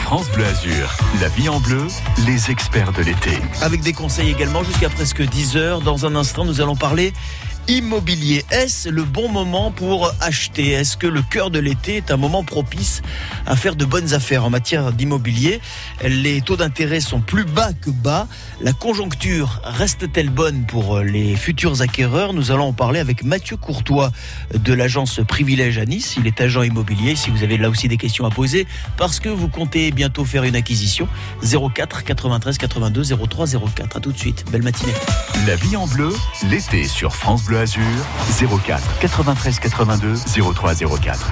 France Bleu Azur, la vie en bleu, les experts de l'été. Avec des conseils également jusqu'à presque 10h. Dans un instant, nous allons parler immobilier. Est-ce le bon moment pour acheter ? Est-ce que le cœur de l'été est un moment propice à faire de bonnes affaires en matière d'immobilier ? Les taux d'intérêt sont plus bas que bas. La conjoncture reste-t-elle bonne pour les futurs acquéreurs ? Nous allons en parler avec Mathieu Courtois de l'agence Privilège à Nice. Il est agent immobilier. Si vous avez là aussi des questions à poser, parce que vous comptez bientôt faire une acquisition, 04 93 82 03 04. À tout de suite. Belle matinée. La vie en bleu, l'été sur France Bleu Azur, 04 93 82 03 04.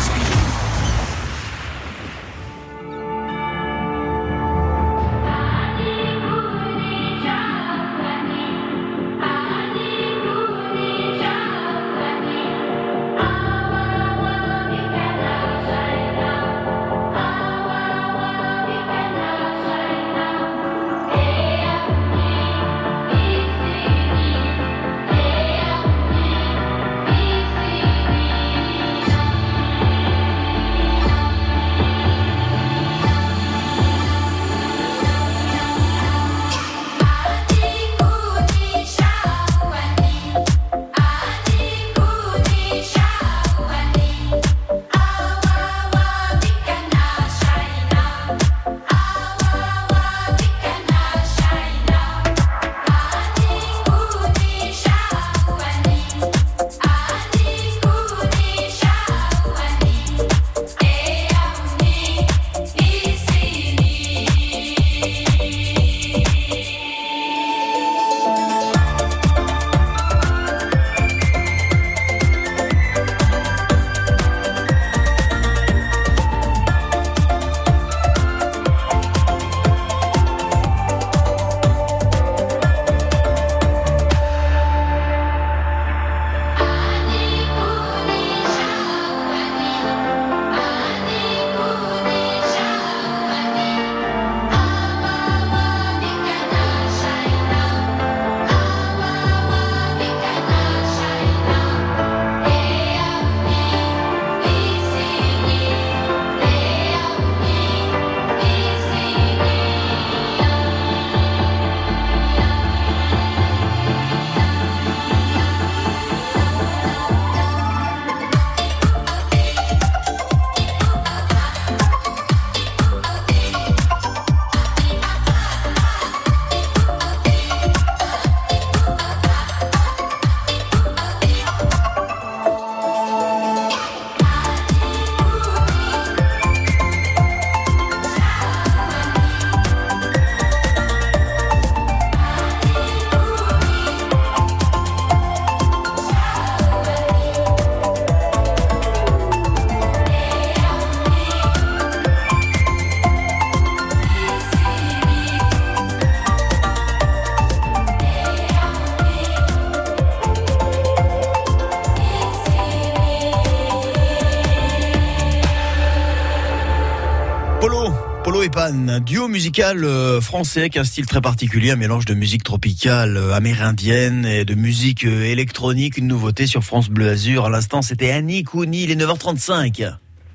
Polo et Pan, un duo musical français avec un style très particulier, un mélange de musique tropicale amérindienne et de musique électronique, une nouveauté sur France Bleu Azur. À l'instant, c'était Annie Cooney, il est 9h35.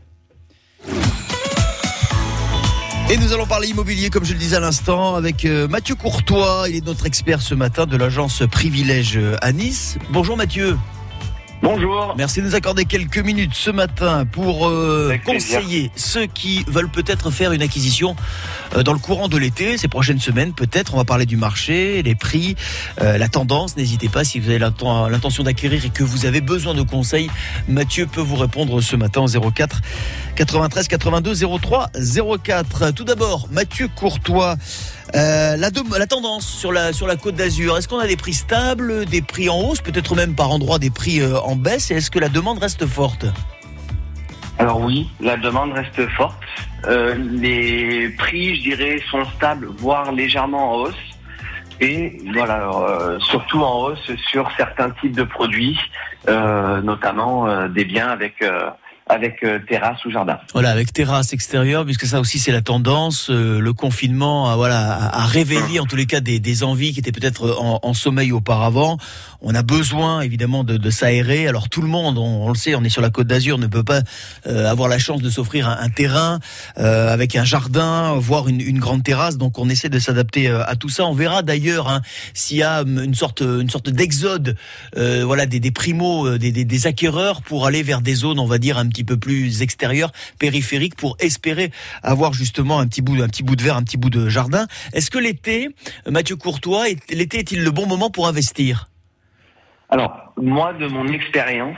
Et nous allons parler immobilier, comme je le disais à l'instant, avec Mathieu Courtois. Il est notre expert ce matin de l'agence Privilège à Nice. Bonjour Mathieu. Bonjour. Merci de nous accorder quelques minutes ce matin pour conseiller ceux qui veulent peut-être faire une acquisition dans le courant de l'été, ces prochaines semaines peut-être. On va parler du marché, les prix, la tendance. N'hésitez pas si vous avez l'intention d'acquérir et que vous avez besoin de conseils. Mathieu peut vous répondre ce matin au 04 93 82 03 04. Tout d'abord, Mathieu Courtois, la tendance sur la Côte d'Azur. Est-ce qu'on a des prix stables, des prix en hausse, peut-être même par endroits des prix en baisse, et est-ce que la demande reste forte ? Alors oui, la demande reste forte. Les prix, je dirais, sont stables, voire légèrement en hausse. Et voilà, surtout en hausse sur certains types de produits, notamment des biens avec avec terrasse ou jardin. Voilà, avec terrasse extérieure, puisque ça aussi c'est la tendance, le confinement a réveillé en tous les cas des envies qui étaient peut-être en sommeil auparavant. On a besoin évidemment de s'aérer. Alors tout le monde, on le sait, on est sur la Côte d'Azur, ne peut pas avoir la chance de s'offrir un terrain avec un jardin, voire une grande terrasse. Donc on essaie de s'adapter à tout ça. On verra d'ailleurs s'il y a une sorte d'exode, des primos, des acquéreurs pour aller vers des zones, on va dire un petit peu plus extérieures, périphériques, pour espérer avoir justement un petit bout de verre, un petit bout de jardin. Est-ce que l'été, Mathieu Courtois, l'été est-il le bon moment pour investir ? Alors, moi, de mon expérience,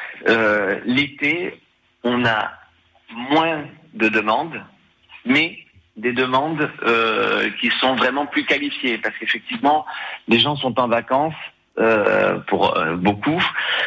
l'été, on a moins de demandes, mais des demandes qui sont vraiment plus qualifiées, parce qu'effectivement, les gens sont en vacances, pour beaucoup,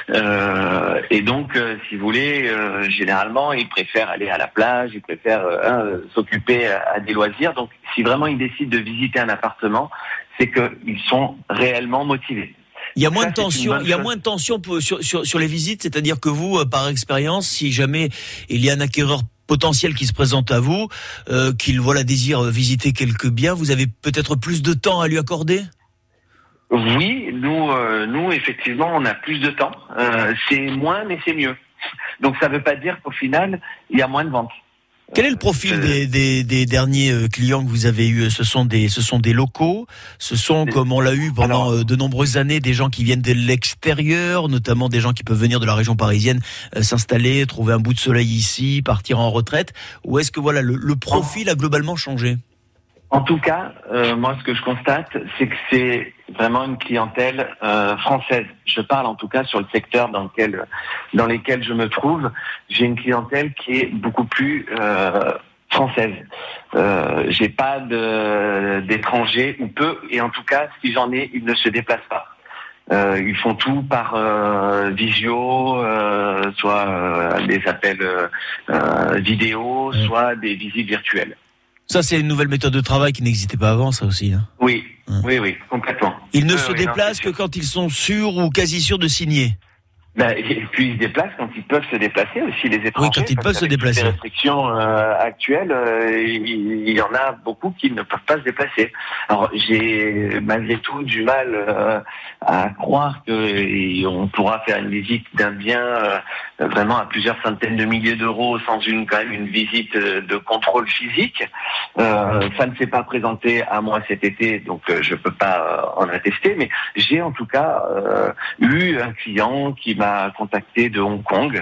et donc si vous voulez, généralement ils préfèrent aller à la plage, ils préfèrent s'occuper à des loisirs. Donc si vraiment ils décident de visiter un appartement, c'est qu'ils sont réellement motivés. Il y a moins de tension, sur les visites, c'est-à-dire que vous, par expérience, si jamais il y a un acquéreur potentiel qui se présente à vous, qu'il désire visiter quelques biens, vous avez peut-être plus de temps à lui accorder ? Oui, nous effectivement, on a plus de temps. C'est moins, mais c'est mieux. Donc ça ne veut pas dire qu'au final, il y a moins de ventes. Quel est le profil des derniers clients que vous avez eus ? Ce sont des locaux, ce sont, comme on l'a eu pendant de nombreuses années, des gens qui viennent de l'extérieur, notamment des gens qui peuvent venir de la région parisienne, s'installer, trouver un bout de soleil ici, partir en retraite. Ou est-ce que le profil a globalement changé ? En tout cas, moi, ce que je constate, c'est que c'est vraiment une clientèle française. Je parle en tout cas sur le secteur dans lesquels je me trouve. J'ai une clientèle qui est beaucoup plus française. J'ai pas d'étrangers, ou peu, et en tout cas, si j'en ai, ils ne se déplacent pas. Ils font tout par visio, soit des appels vidéo, soit des visites virtuelles. Ça, c'est une nouvelle méthode de travail qui n'existait pas avant, ça aussi. Hein. Oui, complètement. Ils ne se déplacent que quand ils sont sûrs ou quasi sûrs de signer. Et puis ils se déplacent quand ils peuvent se déplacer aussi, les étrangers. Oui, quand ils peuvent se déplacer. Les restrictions actuelles, il y en a beaucoup qui ne peuvent pas se déplacer. Alors j'ai malgré tout du mal à croire qu'on pourra faire une visite d'un bien vraiment à plusieurs centaines de milliers d'euros sans quand même une visite de contrôle physique. Ça ne s'est pas présenté à moi cet été, donc je peux pas en attester, mais j'ai en tout cas eu un client qui m'a contacté de Hong Kong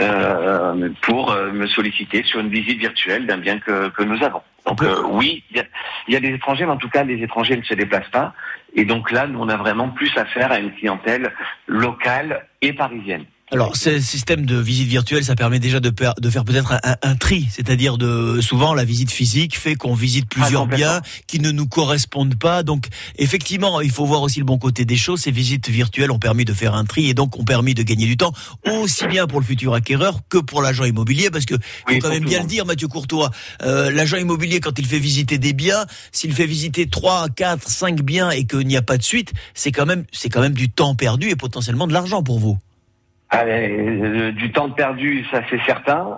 pour me solliciter sur une visite virtuelle d'un bien que nous avons. Donc oui, il y a des étrangers, mais en tout cas les étrangers ne se déplacent pas. Et donc là, nous on a vraiment plus affaire à une clientèle locale et parisienne. Alors, ce système de visite virtuelle, ça permet déjà de faire peut-être un tri, c'est-à-dire souvent la visite physique fait qu'on visite plusieurs biens qui ne nous correspondent pas. Donc, effectivement, il faut voir aussi le bon côté des choses. Ces visites virtuelles ont permis de faire un tri et donc ont permis de gagner du temps, aussi bien pour le futur acquéreur que pour l'agent immobilier, parce que faut quand même bien le dire, Mathieu Courtois, l'agent immobilier, quand il fait visiter des biens, s'il fait visiter 3, 4, 5 biens et qu'il n'y a pas de suite, c'est quand même du temps perdu et potentiellement de l'argent pour vous. Du temps perdu, ça c'est certain,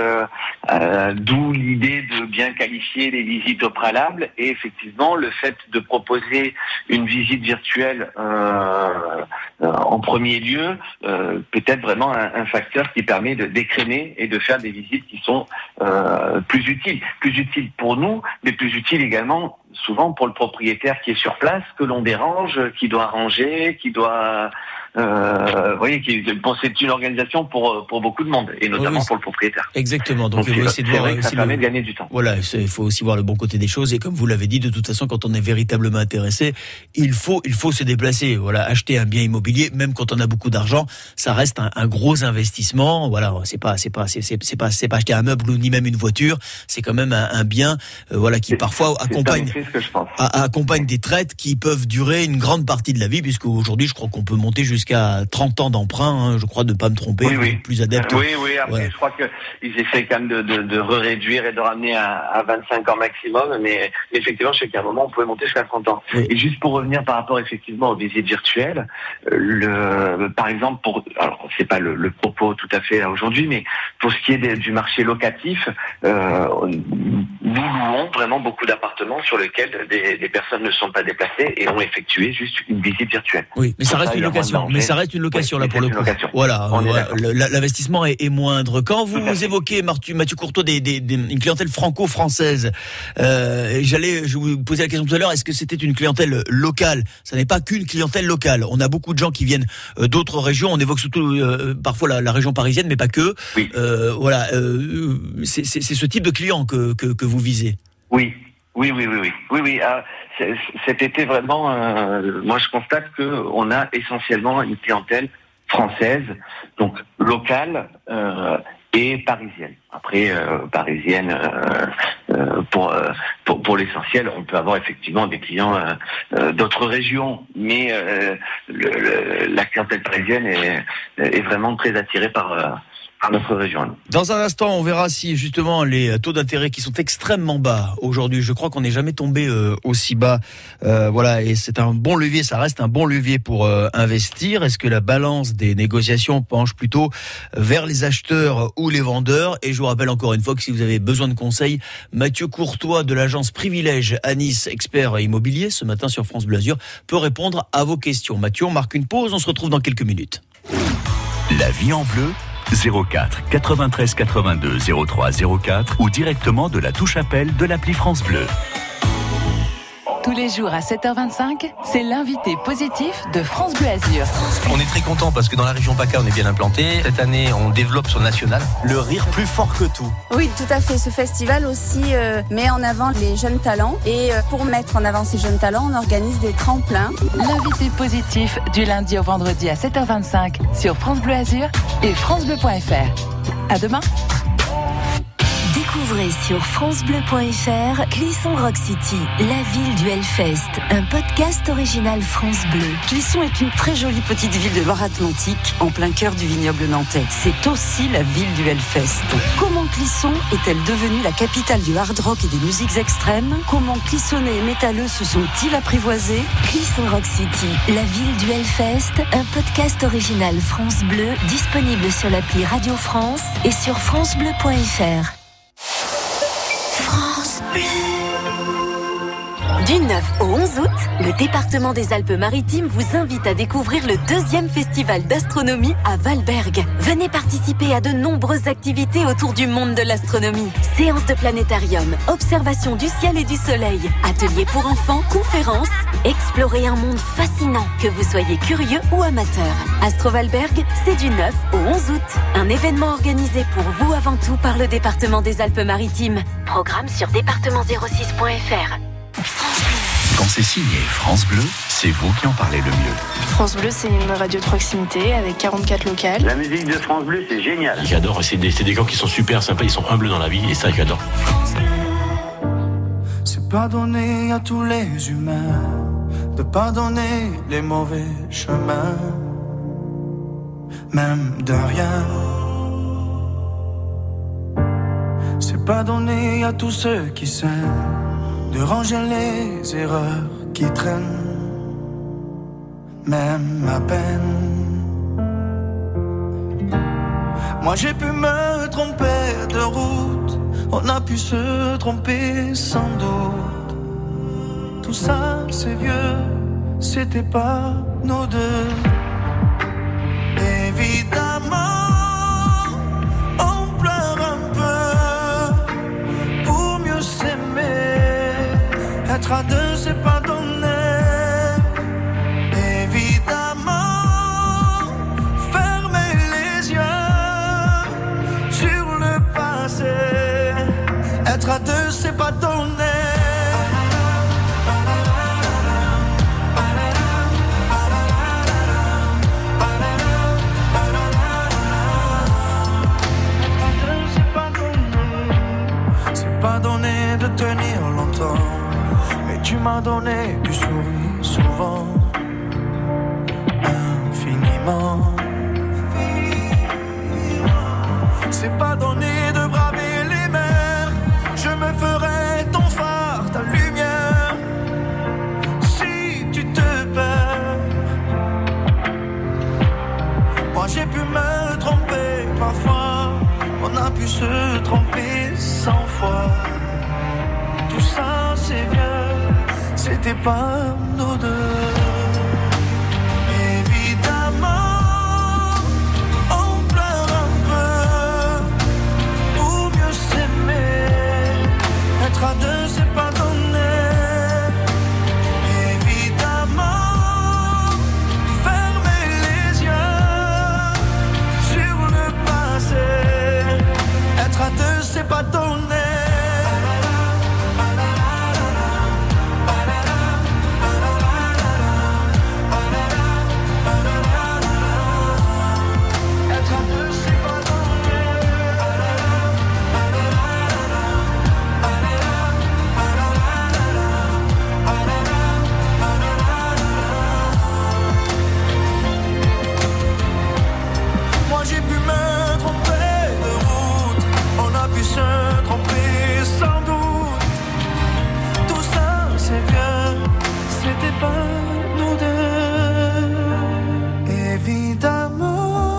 d'où l'idée de bien qualifier les visites au préalable, et effectivement le fait de proposer une visite virtuelle en premier lieu peut être vraiment un facteur qui permet de décrémer et de faire des visites qui sont plus utiles pour nous, mais plus utiles également souvent pour le propriétaire qui est sur place, que l'on dérange, qui doit ranger, qui doit c'est une organisation pour beaucoup de monde, et notamment pour le propriétaire. Exactement. Donc il faut essayer de voir que ça permet de gagner du temps. Voilà, il faut aussi voir le bon côté des choses, et comme vous l'avez dit, de toute façon, quand on est véritablement intéressé, il faut se déplacer. Voilà, acheter un bien immobilier, même quand on a beaucoup d'argent, ça reste un gros investissement. Voilà, c'est pas acheter un meuble ou ni même une voiture, c'est quand même un bien qui parfois accompagne des traites qui peuvent durer une grande partie de la vie, puisque aujourd'hui je crois qu'on peut monter jusqu'à jusqu'à 30 ans d'emprunt, je crois, de ne pas me tromper, plus adepte. Oui, après je crois qu'ils essaient quand même de réduire et de ramener à 25 ans maximum, mais effectivement, je sais qu'à un moment, on pouvait monter jusqu'à 30 ans. Oui. Et juste pour revenir par rapport effectivement aux visites virtuelles, par exemple, alors c'est pas le propos tout à fait là aujourd'hui, mais pour ce qui est du marché locatif, nous louons vraiment beaucoup d'appartements sur lesquels des personnes ne sont pas déplacées et ont effectué juste une visite virtuelle. Oui, mais ça reste une location. Mais ça reste une location là pour le coup. Voilà, l'investissement est moindre. Quand vous évoquez, Mathieu Courtois, une clientèle franco-française, je vous posais la question tout à l'heure, est-ce que c'était une clientèle locale ? Ça n'est pas qu'une clientèle locale. On a beaucoup de gens qui viennent d'autres régions. On évoque surtout parfois la région parisienne, mais pas que. Oui. C'est ce type de client que vous visez. Oui. Cet été vraiment, moi je constate que on a essentiellement une clientèle française, donc locale et parisienne. Après, parisienne pour l'essentiel, on peut avoir effectivement des clients d'autres régions, mais la clientèle parisienne est vraiment très attirée par notre région. Dans un instant, on verra si justement les taux d'intérêt qui sont extrêmement bas aujourd'hui, je crois qu'on n'est jamais tombé aussi bas. Et c'est un bon levier, ça reste un bon levier pour investir. Est-ce que la balance des négociations penche plutôt vers les acheteurs ou les vendeurs ? Et je vous rappelle encore une fois que si vous avez besoin de conseils, Mathieu Courtois de l'agence Privilège à Nice, expert immobilier, ce matin sur France Bleu Azur, peut répondre à vos questions. Mathieu, on marque une pause, on se retrouve dans quelques minutes. La vie en bleu 04 93 82 03 04 ou directement de la touche appel de l'appli France Bleu. Tous les jours à 7h25, c'est l'invité positif de France Bleu Azur. On est très content parce que dans la région PACA, on est bien implanté. Cette année, on développe sur le national. Le rire plus fort que tout. Oui, tout à fait. Ce festival aussi met en avant les jeunes talents. Et pour mettre en avant ces jeunes talents, on organise des tremplins. L'invité positif du lundi au vendredi à 7h25 sur France Bleu Azur et francebleu.fr. À demain. Découvrez sur francebleu.fr Clisson Rock City, la ville du Hellfest, un podcast original France Bleu. Clisson est une très jolie petite ville de Loire-Atlantique, en plein cœur du vignoble nantais. C'est aussi la ville du Hellfest. Comment Clisson est-elle devenue la capitale du hard rock et des musiques extrêmes ? Comment Clissonnais et métalleux se sont-ils apprivoisés ? Clisson Rock City, la ville du Hellfest, un podcast original France Bleu, disponible sur l'appli Radio France et sur francebleu.fr. France Bleu. Du 9 au 11 août, le département des Alpes-Maritimes vous invite à découvrir le 2e festival d'astronomie à Valberg. Venez participer à de nombreuses activités autour du monde de l'astronomie. Séances de planétarium, observation du ciel et du soleil, ateliers pour enfants, conférences. Explorez un monde fascinant, que vous soyez curieux ou amateur. Astro Valberg, c'est du 9 au 11 août. Un événement organisé pour vous avant tout par le département des Alpes-Maritimes. Programme sur département06.fr. Quand c'est signé France Bleu, c'est vous qui en parlez le mieux. France Bleu, c'est une radio de proximité avec 44 locales. La musique de France Bleu, c'est génial. J'adore, c'est des gens qui sont super sympas, ils sont humbles dans la vie et ça, j'adore. C'est pas donné à tous les humains de pardonner les mauvais chemins, même de rien. C'est pas donné à tous ceux qui s'aiment de ranger les erreurs qui traînent, même à peine. Moi j'ai pu me tromper de route, on a pu se tromper sans doute. Tout ça c'est vieux, c'était pas nos deux. Évidemment on pleure un peu pour mieux s'aimer. Être à deux, c'est pas donné. Évidemment, fermer les yeux sur le passé. Être à deux, c'est pas donné. C'est pas donné de tenir longtemps. Tu m'as donné du sourire souvent, infiniment. vivant. C'est pas donné de braver les mers. Je me ferai ton phare, ta lumière. Si tu te perds, moi j'ai pu me tromper parfois. On a pu se tromper 100 fois. Tout ça c'est vieux, c'était pas nos deux. À deux, c'est pas donné. Évidemment, fermer les yeux sur le passé. Être à deux, c'est pas donné. Se tromper sans doute. Tout ça c'est vieux, c'était pas nous deux. Évidemment,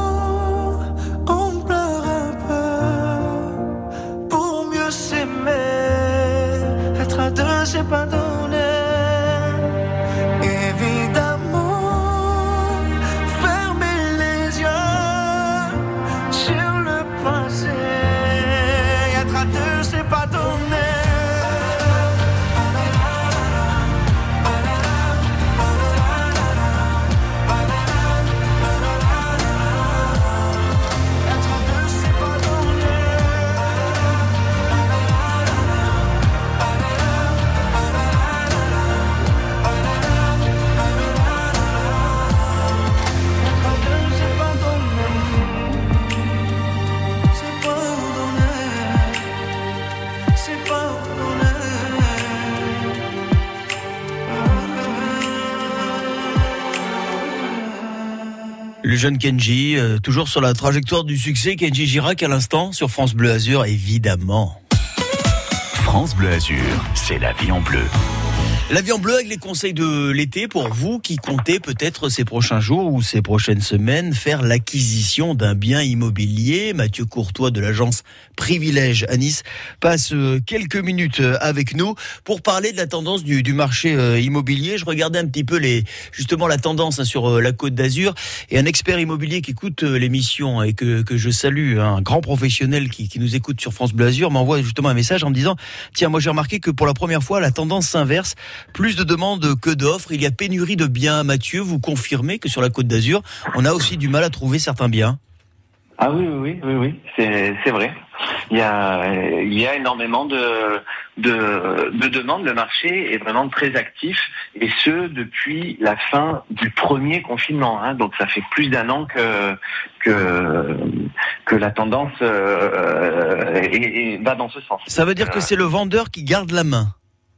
on pleure un peu pour mieux s'aimer. Être à deux c'est pas donné. Évidemment, fermer les yeux sur le passé. À deux, c'est pas donné. Le jeune Kenji, toujours sur la trajectoire du succès. Kenji Girac à l'instant sur France Bleu Azur, évidemment. France Bleu Azur, c'est la vie en bleu. La vie en bleu avec les conseils de l'été pour vous qui comptez peut-être ces prochains jours ou ces prochaines semaines faire l'acquisition d'un bien immobilier. Mathieu Courtois de l'agence Privilège à Nice passe quelques minutes avec nous pour parler de la tendance du marché immobilier. Je regardais un petit peu justement la tendance sur la Côte d'Azur et un expert immobilier qui écoute l'émission et que je salue, un grand professionnel qui nous écoute sur France Bleu Azur, m'envoie justement un message en me disant « Tiens, moi j'ai remarqué que pour la première fois, la tendance s'inverse. Plus de demandes que d'offres. Il y a pénurie de biens. Mathieu, vous confirmez que sur la Côte d'Azur, on a aussi du mal à trouver certains biens? Ah oui, c'est vrai. Il y a énormément de demandes. Le marché est vraiment très actif, et ce depuis la fin du premier confinement. Donc ça fait plus d'un an que la tendance va dans ce sens. Ça veut dire que c'est le vendeur qui garde la main?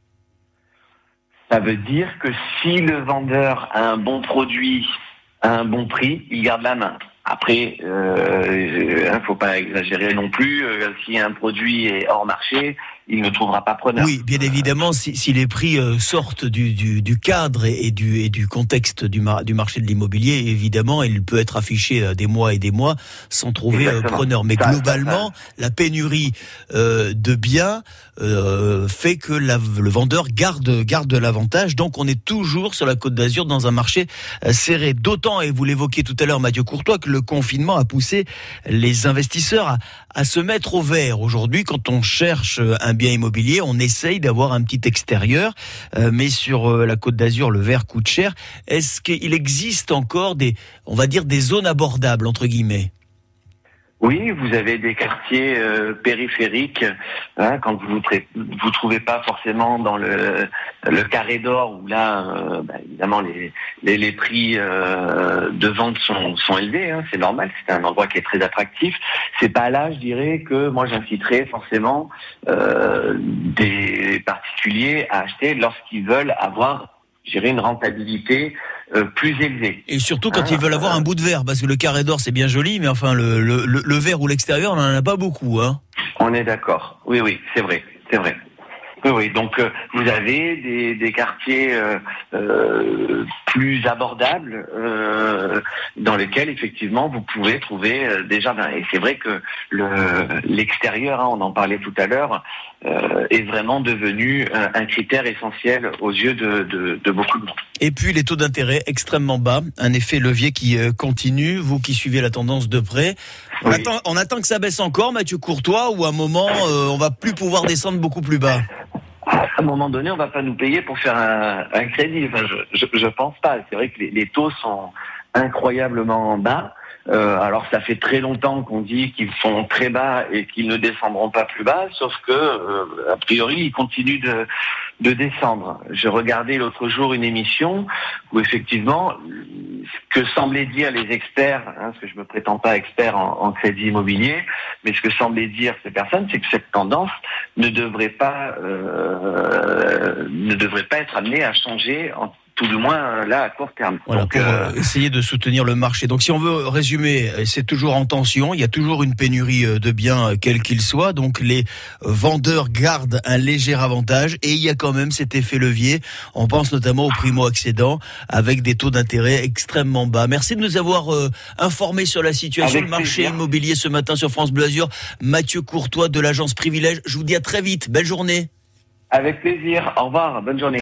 Ça veut dire que si le vendeur a un bon produit à un bon prix, il garde la main. Après, faut pas exagérer non plus. Si un produit est hors marché, il ne trouvera pas preneur. Oui, bien évidemment, si les prix sortent du cadre et du contexte du marché de l'immobilier, évidemment, il peut être affiché des mois et des mois sans trouver preneur. Mais globalement, la pénurie de biens fait que le vendeur garde l'avantage. Donc, on est toujours sur la Côte d'Azur dans un marché serré. D'autant, et vous l'évoquiez tout à l'heure, Mathieu Courtois, que le confinement a poussé les investisseurs à se mettre au vert. Aujourd'hui, quand on cherche un bien immobilier, on essaye d'avoir un petit extérieur, mais sur la Côte d'Azur, le verre coûte cher. Est-ce qu'il existe encore des zones abordables, entre guillemets? Oui, vous avez des quartiers périphériques, quand vous trouvez pas forcément dans le carré d'or, où là, évidemment, les prix de vente sont élevés, c'est normal, c'est un endroit qui est très attractif. C'est pas là, je dirais, que moi j'inciterais forcément des particuliers à acheter lorsqu'ils veulent avoir, je dirais, une rentabilité plus élevés. Et surtout quand ils veulent avoir un bout de verre, parce que le carré d'or c'est bien joli, mais enfin le verre ou l'extérieur, on n'en a pas beaucoup. Hein. On est d'accord. Oui, c'est vrai. Oui, donc vous avez des quartiers plus abordables dans lesquels effectivement vous pouvez trouver des jardins. Et c'est vrai que l'extérieur, on en parlait tout à l'heure, est vraiment devenu un critère essentiel aux yeux de beaucoup de monde. Et puis les taux d'intérêt extrêmement bas, un effet levier qui continue, vous qui suivez la tendance de près. On attend que ça baisse encore, Mathieu Courtois, ou à un moment on va plus pouvoir descendre beaucoup plus bas? À un moment donné, on va pas nous payer pour faire un crédit. Enfin, je pense pas. C'est vrai que les taux sont incroyablement bas. Alors ça fait très longtemps qu'on dit qu'ils sont très bas et qu'ils ne descendront pas plus bas, sauf que a priori ils continuent de descendre. Je regardais l'autre jour une émission où effectivement ce que semblaient dire les experts, parce que je me prétends pas expert en crédit immobilier, mais ce que semblaient dire ces personnes, c'est que cette tendance ne devrait pas être amenée à changer tout du moins là à court terme. Voilà, donc, pour essayer de soutenir le marché. Donc si on veut résumer, c'est toujours en tension, il y a toujours une pénurie de biens quel qu'il soit, donc les vendeurs gardent un léger avantage et il y a quand même cet effet levier. On pense notamment aux primo-accédants avec des taux d'intérêt extrêmement bas. Merci de nous avoir informés sur la situation du marché immobilier ce matin sur France Bleu Azur. Mathieu Courtois de l'agence Privilège, je vous dis à très vite, belle journée. Avec plaisir, au revoir, bonne journée.